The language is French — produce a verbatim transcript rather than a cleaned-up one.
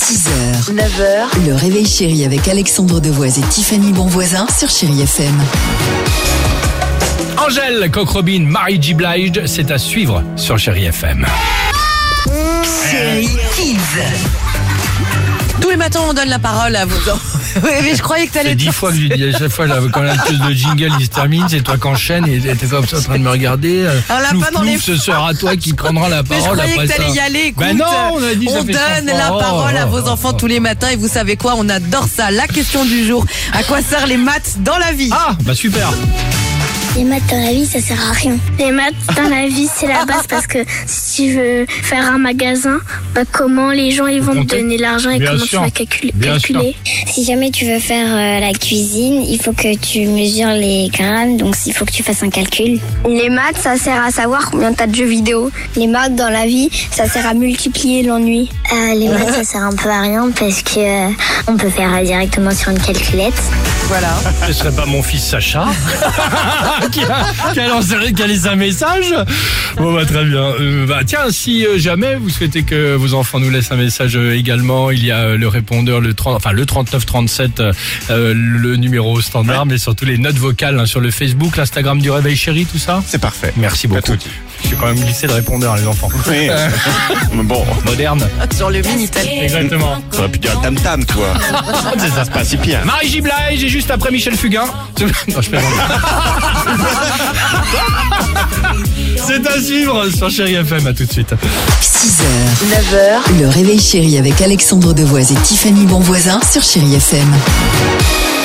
six heures, neuf heures, le réveil chéri avec Alexandre Devoise et Tiffany Bonvoisin sur Chéri F M. Angèle, Coq Robin, Mary J. Blige, c'est à suivre sur Chéri F M. Chéri Kids. Tous les matins, on donne la parole à vos enfants. Oui, mais je croyais que t'allais... C'est dix fois que je dis à chaque fois, là, quand la pause de jingle il se termine, c'est toi qui enchaînes et t'es comme ça en train de me regarder. Un lapin Plouf, dans les- plouf, ce sera toi qui prendra la Mais je parole croyais après que ça. t'allais y aller. Écoute, Ben non, on a dit ça on fait donne cent la fois. parole à Oh, vos oh, enfants oh. tous les matins et vous savez quoi? On adore ça. La question du jour. À quoi servent les maths dans la vie? Ah, bah super. Les maths dans la vie, ça sert à rien. Les maths dans la vie, c'est la base parce que si tu veux faire un magasin, bah comment les gens ils vont te compter. donner l'argent et Bien comment sûr. tu vas calculer. Bien calculer. Si jamais tu veux faire euh, la cuisine, il faut que tu mesures les grammes, donc il faut que tu fasses un calcul. Les maths, ça sert à savoir combien t'as de jeux vidéo. Les maths dans la vie, ça sert à multiplier l'ennui. Euh, les maths, ça sert un peu à rien parce que euh, on peut faire euh, directement sur une calculette. Voilà. Ce serait pas mon fils Sacha qui, a, qui, a lancé, qui a laissé un message. Bon bah très bien. Euh, bah tiens, si euh, jamais vous souhaitez que vos enfants nous laissent un message euh, également, il y a euh, le répondeur, le trente, enfin le trente-neuf trente-sept, euh, euh, le numéro standard, mais surtout les notes vocales hein, sur le Facebook, l'Instagram du Réveil Chéri, tout ça. C'est parfait. Merci Pas beaucoup. tout dit. J'ai quand même glissé le répondeur les enfants. Oui. Bon, Moderne. Sur le Minitel. Exactement. t'aurais pu dire tam tam, toi. Ça se passe si pire. Marie J. Blige et juste après Michel Fugain. Non, je plaisante. C'est à suivre sur Chéri F M, à tout de suite. six heures, neuf heures, le réveil chéri avec Alexandre Devoise et Tiffany Bonvoisin sur Chéri F M.